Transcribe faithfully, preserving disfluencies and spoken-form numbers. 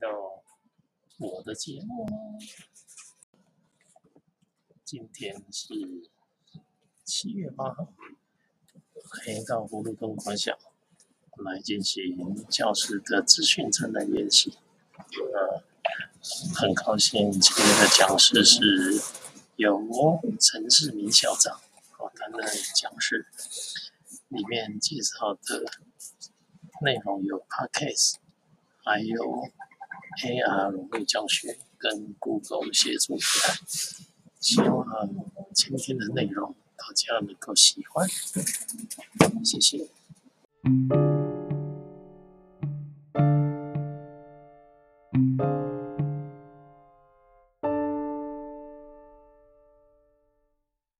到我的节目。今天是七月八号，来到葫芦洞国小来进行教师的资讯承担研习。呃，很高兴今天的讲师是由陈世明校长哦担任讲师，里面介绍的内容有 Podcast， 还有 A R 融入教学跟 Google 协助起来。希望今天的内容大家能够喜欢，谢谢。